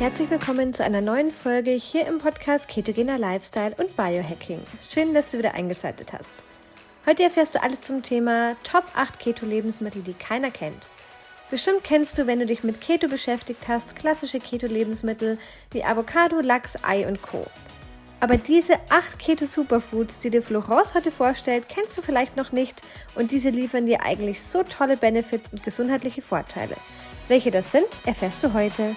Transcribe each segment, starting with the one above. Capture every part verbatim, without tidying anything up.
Herzlich willkommen zu einer neuen Folge hier im Podcast Ketogener Lifestyle und Biohacking. Schön, dass du wieder eingeschaltet hast. Heute erfährst du alles zum Thema Top acht Keto-Lebensmittel, die keiner kennt. Bestimmt kennst du, wenn du dich mit Keto beschäftigt hast, klassische Keto-Lebensmittel wie Avocado, Lachs, Ei und Co. Aber diese acht Keto-Superfoods, die dir Florence heute vorstellt, kennst du vielleicht noch nicht und diese liefern dir eigentlich so tolle Benefits und gesundheitliche Vorteile. Welche das sind, erfährst du heute.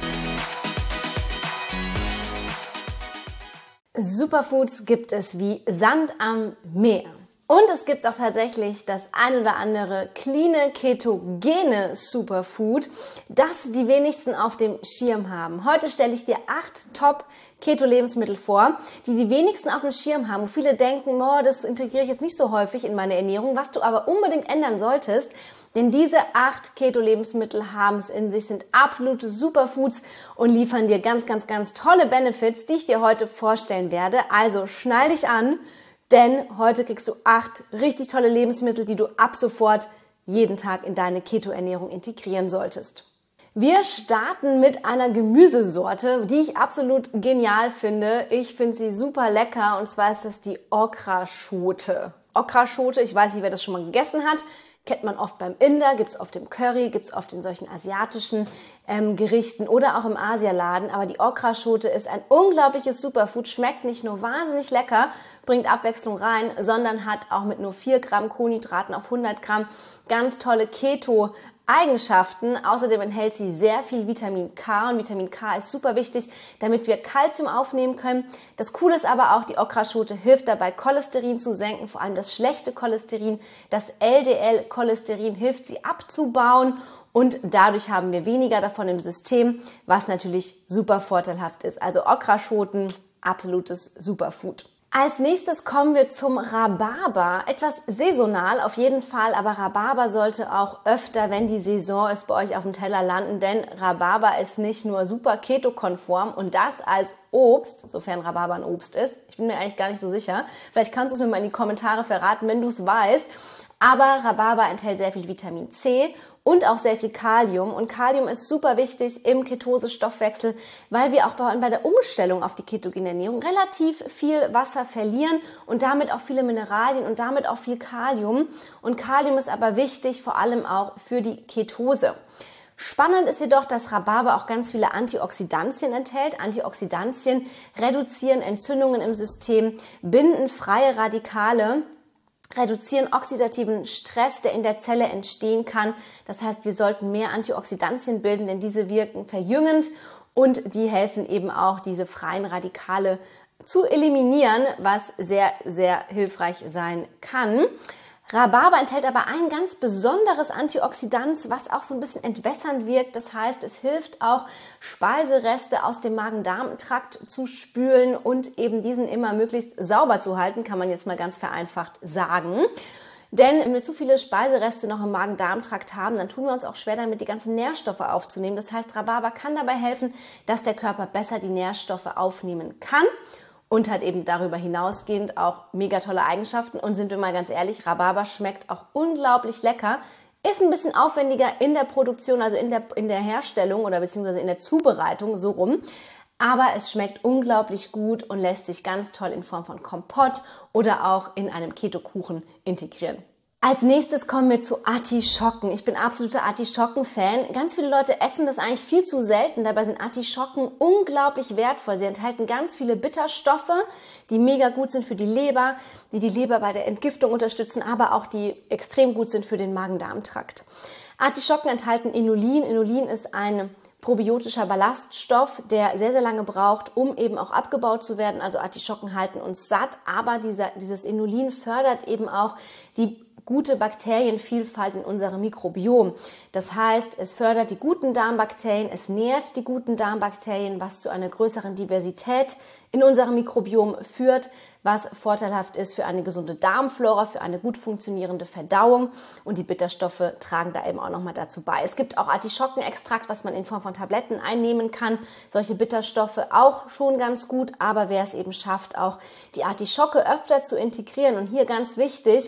Superfoods gibt es wie Sand am Meer. Und es gibt auch tatsächlich das ein oder andere cleane, ketogene Superfood, das die wenigsten auf dem Schirm haben. Heute stelle ich dir acht Top-Keto-Lebensmittel vor, die die wenigsten auf dem Schirm haben. Wo viele denken, oh, das integriere ich jetzt nicht so häufig in meine Ernährung, was du aber unbedingt ändern solltest. Denn diese acht Keto-Lebensmittel haben es in sich, sind absolute Superfoods und liefern dir ganz, ganz, ganz tolle Benefits, die ich dir heute vorstellen werde. Also schnall dich an, denn heute kriegst du acht richtig tolle Lebensmittel, die du ab sofort jeden Tag in deine Keto-Ernährung integrieren solltest. Wir starten mit einer Gemüsesorte, die ich absolut genial finde. Ich finde sie super lecker und zwar ist das die Okraschote. Okraschote, ich weiß nicht, wer das schon mal gegessen hat. Kennt man oft beim Inder, gibt es oft im Curry, gibt es oft in solchen asiatischen ähm, Gerichten oder auch im Asialaden. Aber die Okraschote ist ein unglaubliches Superfood, schmeckt nicht nur wahnsinnig lecker, bringt Abwechslung rein, sondern hat auch mit nur vier Gramm Kohlenhydraten auf hundert Gramm ganz tolle Keto Eigenschaften. Außerdem enthält sie sehr viel Vitamin K und Vitamin K ist super wichtig, damit wir Kalzium aufnehmen können. Das Coole ist aber auch, die Okraschote hilft dabei, Cholesterin zu senken, vor allem das schlechte Cholesterin, das L D L-Cholesterin hilft sie abzubauen und dadurch haben wir weniger davon im System, was natürlich super vorteilhaft ist. Also Okraschoten, absolutes Superfood. Als nächstes kommen wir zum Rhabarber. Etwas saisonal auf jeden Fall, aber Rhabarber sollte auch öfter, wenn die Saison ist, bei euch auf dem Teller landen, denn Rhabarber ist nicht nur super keto-konform und das als Obst, sofern Rhabarber ein Obst ist. Ich bin mir eigentlich gar nicht so sicher. Vielleicht kannst du es mir mal in die Kommentare verraten, wenn du es weißt. Aber Rhabarber enthält sehr viel Vitamin C und auch sehr viel Kalium. Und Kalium ist super wichtig im Ketosestoffwechsel, weil wir auch bei der Umstellung auf die ketogene Ernährung relativ viel Wasser verlieren und damit auch viele Mineralien und damit auch viel Kalium. Und Kalium ist aber wichtig, vor allem auch für die Ketose. Spannend ist jedoch, dass Rhabarber auch ganz viele Antioxidantien enthält. Antioxidantien reduzieren Entzündungen im System, binden freie Radikale, reduzieren oxidativen Stress, der in der Zelle entstehen kann. Das heißt, wir sollten mehr Antioxidantien bilden, denn diese wirken verjüngend und die helfen eben auch, diese freien Radikale zu eliminieren, was sehr, sehr hilfreich sein kann. Rhabarber enthält aber ein ganz besonderes Antioxidant, was auch so ein bisschen entwässernd wirkt. Das heißt, es hilft auch, Speisereste aus dem Magen-Darm-Trakt zu spülen und eben diesen immer möglichst sauber zu halten, kann man jetzt mal ganz vereinfacht sagen. Denn wenn wir zu viele Speisereste noch im Magen-Darm-Trakt haben, dann tun wir uns auch schwer damit, die ganzen Nährstoffe aufzunehmen. Das heißt, Rhabarber kann dabei helfen, dass der Körper besser die Nährstoffe aufnehmen kann. Und hat eben darüber hinausgehend auch mega tolle Eigenschaften. Und sind wir mal ganz ehrlich, Rhabarber schmeckt auch unglaublich lecker. Ist ein bisschen aufwendiger in der Produktion, also in der, in der Herstellung oder beziehungsweise in der Zubereitung, so rum. Aber es schmeckt unglaublich gut und lässt sich ganz toll in Form von Kompott oder auch in einem Keto-Kuchen integrieren. Als nächstes kommen wir zu Artischocken. Ich bin absoluter Artischocken-Fan. Ganz viele Leute essen das eigentlich viel zu selten. Dabei sind Artischocken unglaublich wertvoll. Sie enthalten ganz viele Bitterstoffe, die mega gut sind für die Leber, die die Leber bei der Entgiftung unterstützen, aber auch die extrem gut sind für den Magen-Darm-Trakt. Artischocken enthalten Inulin. Inulin ist ein probiotischer Ballaststoff, der sehr, sehr lange braucht, um eben auch abgebaut zu werden. Also Artischocken halten uns satt, aber dieser, dieses Inulin fördert eben auch die gute Bakterienvielfalt in unserem Mikrobiom. Das heißt, es fördert die guten Darmbakterien, es nährt die guten Darmbakterien, was zu einer größeren Diversität in unserem Mikrobiom führt, was vorteilhaft ist für eine gesunde Darmflora, für eine gut funktionierende Verdauung und die Bitterstoffe tragen da eben auch nochmal dazu bei. Es gibt auch Artischockenextrakt, was man in Form von Tabletten einnehmen kann. Solche Bitterstoffe auch schon ganz gut, aber wer es eben schafft, auch die Artischocke öfter zu integrieren und hier ganz wichtig,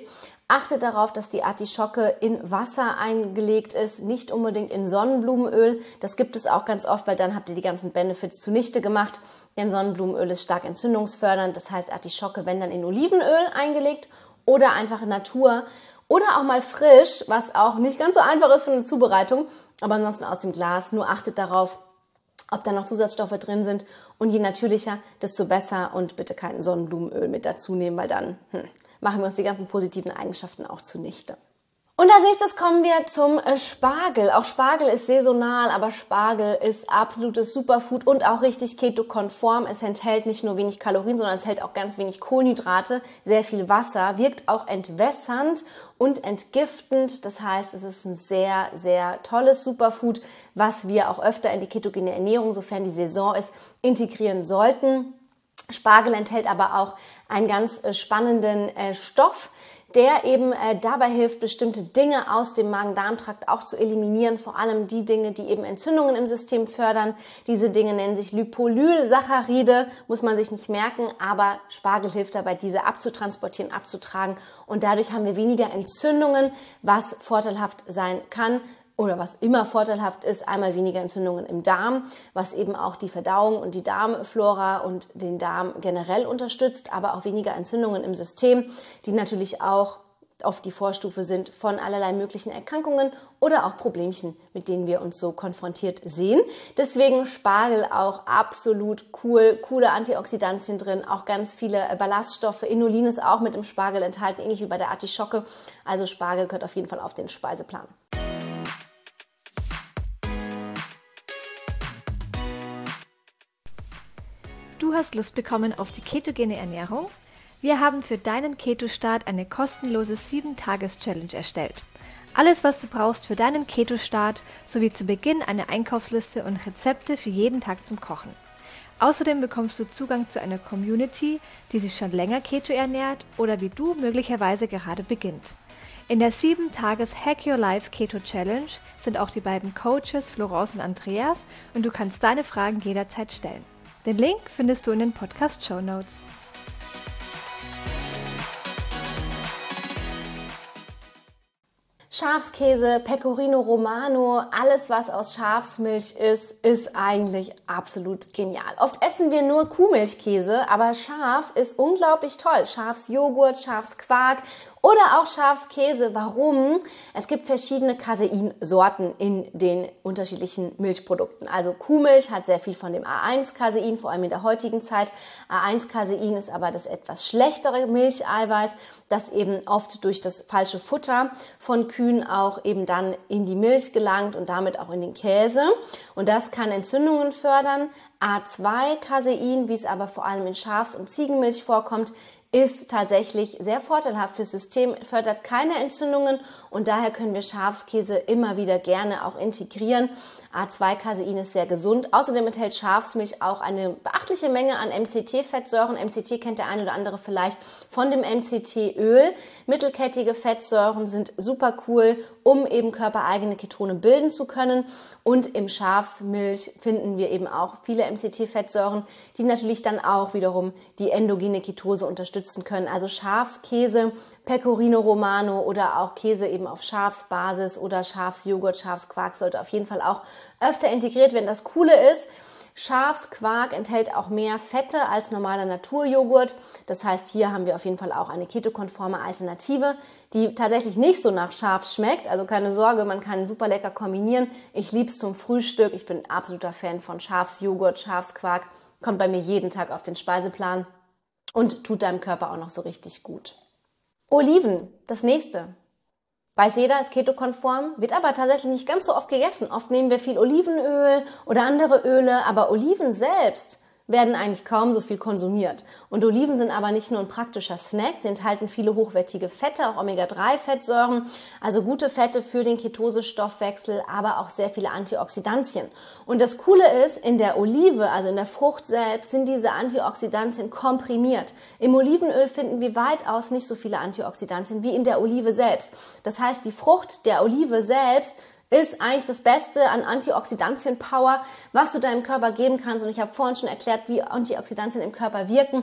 Achtet darauf, dass die Artischocke in Wasser eingelegt ist, nicht unbedingt in Sonnenblumenöl. Das gibt es auch ganz oft, weil dann habt ihr die ganzen Benefits zunichte gemacht. Denn Sonnenblumenöl ist stark entzündungsfördernd. Das heißt, Artischocke, wenn dann in Olivenöl eingelegt oder einfach in Natur oder auch mal frisch, was auch nicht ganz so einfach ist für eine Zubereitung, aber ansonsten aus dem Glas. Nur achtet darauf, ob da noch Zusatzstoffe drin sind. Und je natürlicher, desto besser. Und bitte kein Sonnenblumenöl mit dazu nehmen, weil dann hm, machen wir uns die ganzen positiven Eigenschaften auch zunichte. Und als nächstes kommen wir zum Spargel. Auch Spargel ist saisonal, aber Spargel ist absolutes Superfood und auch richtig keto-konform. Es enthält nicht nur wenig Kalorien, sondern es enthält auch ganz wenig Kohlenhydrate, sehr viel Wasser, wirkt auch entwässernd und entgiftend. Das heißt, es ist ein sehr, sehr tolles Superfood, was wir auch öfter in die ketogene Ernährung, sofern die Saison ist, integrieren sollten. Spargel enthält aber auch einen ganz spannenden äh, Stoff, der eben äh, dabei hilft, bestimmte Dinge aus dem Magen-Darm-Trakt auch zu eliminieren, vor allem die Dinge, die eben Entzündungen im System fördern. Diese Dinge nennen sich Lipolylsaccharide, muss man sich nicht merken, aber Spargel hilft dabei, diese abzutransportieren, abzutragen und dadurch haben wir weniger Entzündungen, was vorteilhaft sein kann. Oder was immer vorteilhaft ist, einmal weniger Entzündungen im Darm, was eben auch die Verdauung und die Darmflora und den Darm generell unterstützt, aber auch weniger Entzündungen im System, die natürlich auch oft die Vorstufe sind von allerlei möglichen Erkrankungen oder auch Problemchen, mit denen wir uns so konfrontiert sehen. Deswegen Spargel auch absolut cool, coole Antioxidantien drin, auch ganz viele Ballaststoffe. Inulin ist auch mit im Spargel enthalten, ähnlich wie bei der Artischocke. Also Spargel gehört auf jeden Fall auf den Speiseplan. Du hast Lust bekommen auf die ketogene Ernährung? Wir haben für deinen Keto-Start eine kostenlose sieben Tages Challenge erstellt. Alles, was du brauchst für deinen Keto-Start, sowie zu Beginn eine Einkaufsliste und Rezepte für jeden Tag zum Kochen. Außerdem bekommst du Zugang zu einer Community, die sich schon länger Keto ernährt oder wie du möglicherweise gerade beginnt. In der sieben Tages Hack Your Life Keto Challenge sind auch die beiden Coaches Florence und Andreas und du kannst deine Fragen jederzeit stellen. Den Link findest du in den Podcast-Shownotes. Schafskäse, Pecorino Romano, alles was aus Schafsmilch ist, ist eigentlich absolut genial. Oft essen wir nur Kuhmilchkäse, aber Schaf ist unglaublich toll. Schafsjoghurt, Schafsquark oder auch Schafskäse. Warum? Es gibt verschiedene Caseinsorten in den unterschiedlichen Milchprodukten. Also Kuhmilch hat sehr viel von dem A eins Casein, vor allem in der heutigen Zeit. A eins Casein ist aber das etwas schlechtere Milcheiweiß, das eben oft durch das falsche Futter von Kühen auch eben dann in die Milch gelangt und damit auch in den Käse. Und das kann Entzündungen fördern. A zwei Casein, wie es aber vor allem in Schafs- und Ziegenmilch vorkommt, ist tatsächlich sehr vorteilhaft fürs System, fördert keine Entzündungen und daher können wir Schafskäse immer wieder gerne auch integrieren. A zwei Casein ist sehr gesund. Außerdem enthält Schafsmilch auch eine beachtliche Menge an M C T-Fettsäuren. M C T kennt der eine oder andere vielleicht von dem M C T-Öl. Mittelkettige Fettsäuren sind super cool, um eben körpereigene Ketone bilden zu können. Und im Schafsmilch finden wir eben auch viele M C T-Fettsäuren, die natürlich dann auch wiederum die endogene Ketose unterstützen können. Also Schafskäse, Pecorino Romano oder auch Käse eben auf Schafsbasis oder Schafsjoghurt, Schafsquark sollte auf jeden Fall auch öfter integriert werden. Das Coole ist, Schafsquark enthält auch mehr Fette als normaler Naturjoghurt. Das heißt, hier haben wir auf jeden Fall auch eine ketokonforme Alternative, die tatsächlich nicht so nach Schaf schmeckt. Also keine Sorge, man kann super lecker kombinieren. Ich liebe es zum Frühstück. Ich bin ein absoluter Fan von Schafsjoghurt, Schafsquark. Kommt bei mir jeden Tag auf den Speiseplan und tut deinem Körper auch noch so richtig gut. Oliven, das nächste. Weiß jeder, ist ketokonform, wird aber tatsächlich nicht ganz so oft gegessen. Oft nehmen wir viel Olivenöl oder andere Öle, aber Oliven selbst werden eigentlich kaum so viel konsumiert. Und Oliven sind aber nicht nur ein praktischer Snack, sie enthalten viele hochwertige Fette, auch Omega drei Fettsäuren, also gute Fette für den Ketosestoffwechsel, aber auch sehr viele Antioxidantien. Und das Coole ist, in der Olive, also in der Frucht selbst, sind diese Antioxidantien komprimiert. Im Olivenöl finden wir weitaus nicht so viele Antioxidantien wie in der Olive selbst. Das heißt, die Frucht der Olive selbst ist eigentlich das Beste an Antioxidantien-Power, was du deinem Körper geben kannst. Und ich habe vorhin schon erklärt, wie Antioxidantien im Körper wirken.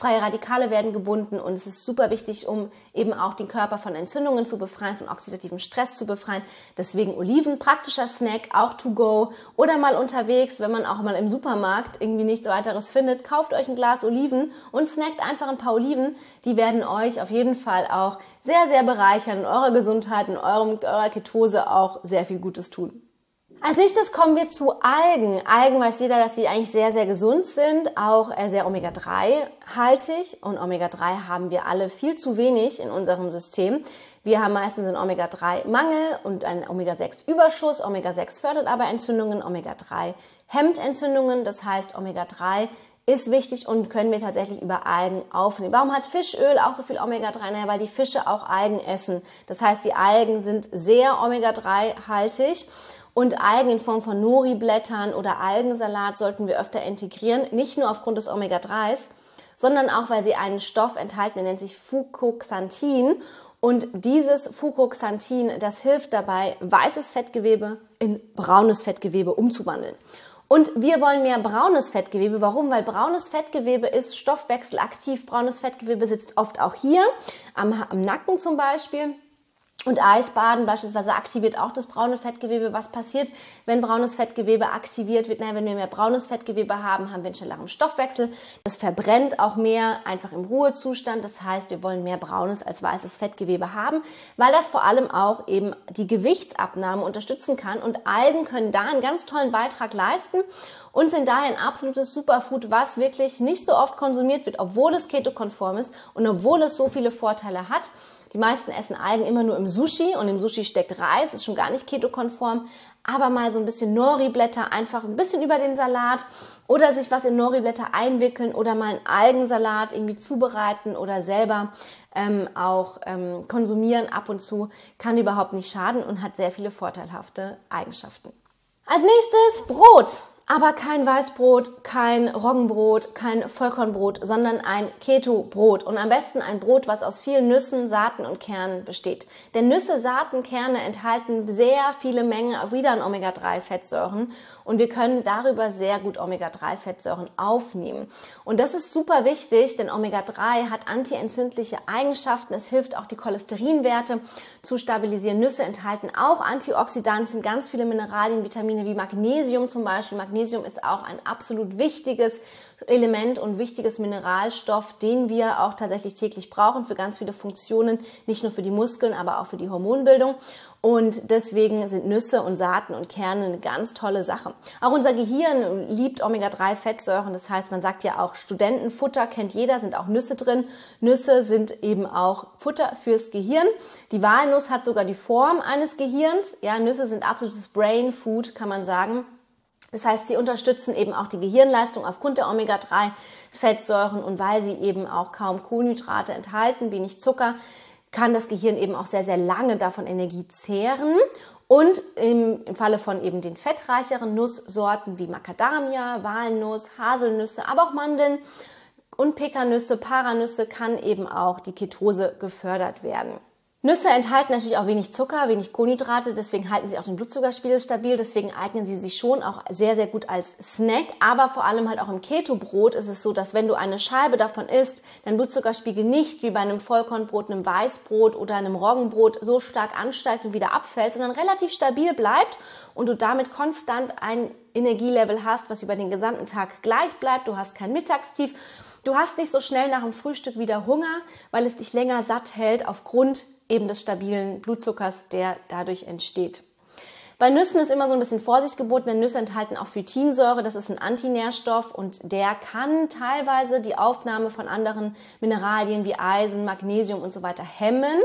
freie Radikale werden gebunden und es ist super wichtig, um eben auch den Körper von Entzündungen zu befreien, von oxidativem Stress zu befreien. Deswegen Oliven, praktischer Snack, auch to go oder mal unterwegs, wenn man auch mal im Supermarkt irgendwie nichts weiteres findet, kauft euch ein Glas Oliven und snackt einfach ein paar Oliven. Die werden euch auf jeden Fall auch sehr, sehr bereichern, in eurer Gesundheit, in eurem, eurer Ketose auch sehr viel Gutes tun. Als nächstes kommen wir zu Algen. Algen weiß jeder, dass sie eigentlich sehr, sehr gesund sind, auch sehr Omega drei haltig. Und Omega drei haben wir alle viel zu wenig in unserem System. Wir haben meistens einen Omega drei Mangel und einen Omega sechs Überschuss. Omega sechs fördert aber Entzündungen, Omega drei hemmt Entzündungen. Das heißt, Omega drei ist wichtig und können wir tatsächlich über Algen aufnehmen. Warum hat Fischöl auch so viel Omega drei? Naja, weil die Fische auch Algen essen. Das heißt, die Algen sind sehr Omega drei haltig. Und Algen in Form von Nori-Blättern oder Algensalat sollten wir öfter integrieren, nicht nur aufgrund des Omega dreis, sondern auch, weil sie einen Stoff enthalten, der nennt sich Fucoxanthin. Und dieses Fucoxanthin, das hilft dabei, weißes Fettgewebe in braunes Fettgewebe umzuwandeln. Und wir wollen mehr braunes Fettgewebe. Warum? Weil braunes Fettgewebe ist stoffwechselaktiv. Braunes Fettgewebe sitzt oft auch hier, am, am Nacken zum Beispiel. Und Eisbaden beispielsweise aktiviert auch das braune Fettgewebe. Was passiert, wenn braunes Fettgewebe aktiviert wird? Na, wenn wir mehr braunes Fettgewebe haben, haben wir einen schnelleren Stoffwechsel. Das verbrennt auch mehr einfach im Ruhezustand. Das heißt, wir wollen mehr braunes als weißes Fettgewebe haben, weil das vor allem auch eben die Gewichtsabnahme unterstützen kann. Und Algen können da einen ganz tollen Beitrag leisten und sind daher ein absolutes Superfood, was wirklich nicht so oft konsumiert wird, obwohl es ketokonform ist und obwohl es so viele Vorteile hat. Die meisten essen Algen immer nur im Sushi und im Sushi steckt Reis, ist schon gar nicht ketokonform. Aber mal so ein bisschen Nori-Blätter einfach ein bisschen über den Salat oder sich was in Nori-Blätter einwickeln oder mal einen Algensalat irgendwie zubereiten oder selber ähm, auch ähm, konsumieren ab und zu, kann überhaupt nicht schaden und hat sehr viele vorteilhafte Eigenschaften. Als nächstes Brot. Aber kein Weißbrot, kein Roggenbrot, kein Vollkornbrot, sondern ein Keto-Brot. Und am besten ein Brot, was aus vielen Nüssen, Saaten und Kernen besteht. Denn Nüsse, Saaten, Kerne enthalten sehr viele Mengen wieder an Omega drei Fettsäuren. Und wir können darüber sehr gut Omega drei Fettsäuren aufnehmen. Und das ist super wichtig, denn Omega drei hat antientzündliche Eigenschaften. Es hilft auch, die Cholesterinwerte zu stabilisieren. Nüsse enthalten auch Antioxidantien, ganz viele Mineralien, Vitamine wie Magnesium zum Beispiel. Magnesium ist auch ein absolut wichtiges Element und wichtiges Mineralstoff, den wir auch tatsächlich täglich brauchen für ganz viele Funktionen, nicht nur für die Muskeln, aber auch für die Hormonbildung. Und deswegen sind Nüsse und Saaten und Kerne eine ganz tolle Sache. Auch unser Gehirn liebt Omega drei Fettsäuren. Das heißt, man sagt ja auch Studentenfutter, kennt jeder, sind auch Nüsse drin. Nüsse sind eben auch Futter fürs Gehirn. Die Walnuss hat sogar die Form eines Gehirns. Ja, Nüsse sind absolutes Brain Food, kann man sagen. Das heißt, sie unterstützen eben auch die Gehirnleistung aufgrund der Omega drei Fettsäuren und weil sie eben auch kaum Kohlenhydrate enthalten, wenig Zucker, kann das Gehirn eben auch sehr, sehr lange davon Energie zehren. Und im, im Falle von eben den fettreicheren Nusssorten wie Macadamia, Walnuss, Haselnüsse, aber auch Mandeln und Pekannüsse, Paranüsse kann eben auch die Ketose gefördert werden. Nüsse enthalten natürlich auch wenig Zucker, wenig Kohlenhydrate, deswegen halten sie auch den Blutzuckerspiegel stabil, deswegen eignen sie sich schon auch sehr, sehr gut als Snack, aber vor allem halt auch im Keto-Brot ist es so, dass wenn du eine Scheibe davon isst, dein Blutzuckerspiegel nicht wie bei einem Vollkornbrot, einem Weißbrot oder einem Roggenbrot so stark ansteigt und wieder abfällt, sondern relativ stabil bleibt und du damit konstant ein Energielevel hast, was über den gesamten Tag gleich bleibt, du hast kein Mittagstief. Du hast nicht so schnell nach dem Frühstück wieder Hunger, weil es dich länger satt hält aufgrund eben des stabilen Blutzuckers, der dadurch entsteht. Bei Nüssen ist immer so ein bisschen Vorsicht geboten, denn Nüsse enthalten auch Phytinsäure, das ist ein Antinährstoff und der kann teilweise die Aufnahme von anderen Mineralien wie Eisen, Magnesium und so weiter hemmen.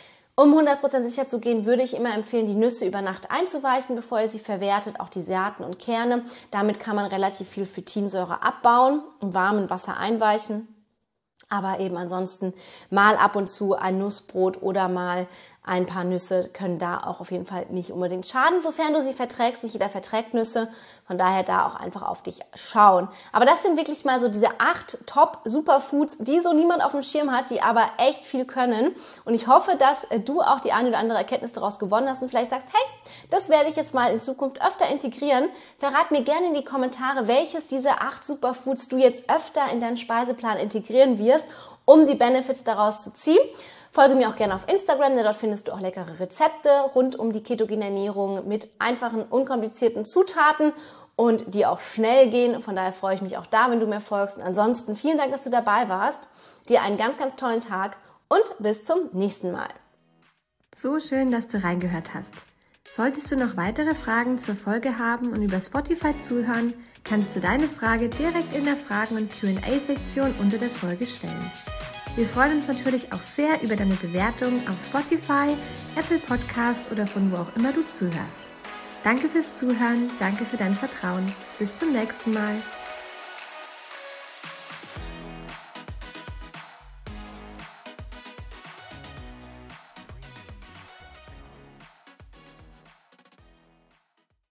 Um hundert Prozent sicher zu gehen, würde ich immer empfehlen, die Nüsse über Nacht einzuweichen, bevor ihr sie verwertet, auch die Saaten und Kerne. Damit kann man relativ viel Phytinsäure abbauen, im warmen Wasser einweichen. Aber eben ansonsten mal ab und zu ein Nussbrot oder mal ein paar Nüsse können da auch auf jeden Fall nicht unbedingt schaden, sofern du sie verträgst. Nicht jeder verträgt Nüsse, von daher da auch einfach auf dich schauen. Aber das sind wirklich mal so diese acht Top-Superfoods, die so niemand auf dem Schirm hat, die aber echt viel können. Und ich hoffe, dass du auch die eine oder andere Erkenntnis daraus gewonnen hast und vielleicht sagst, hey, das werde ich jetzt mal in Zukunft öfter integrieren. Verrat mir gerne in die Kommentare, welches dieser acht Superfoods du jetzt öfter in deinen Speiseplan integrieren wirst, um die Benefits daraus zu ziehen. Folge mir auch gerne auf Instagram, denn dort findest du auch leckere Rezepte rund um die ketogene Ernährung mit einfachen, unkomplizierten Zutaten und die auch schnell gehen. Von daher freue ich mich auch da, wenn du mir folgst. Und ansonsten vielen Dank, dass du dabei warst. Dir einen ganz, ganz tollen Tag und bis zum nächsten Mal. So schön, dass du reingehört hast. Solltest du noch weitere Fragen zur Folge haben und über Spotify zuhören, kannst du deine Frage direkt in der Fragen- und Q und A-Sektion unter der Folge stellen. Wir freuen uns natürlich auch sehr über deine Bewertung auf Spotify, Apple Podcast oder von wo auch immer du zuhörst. Danke fürs Zuhören, danke für dein Vertrauen. Bis zum nächsten Mal.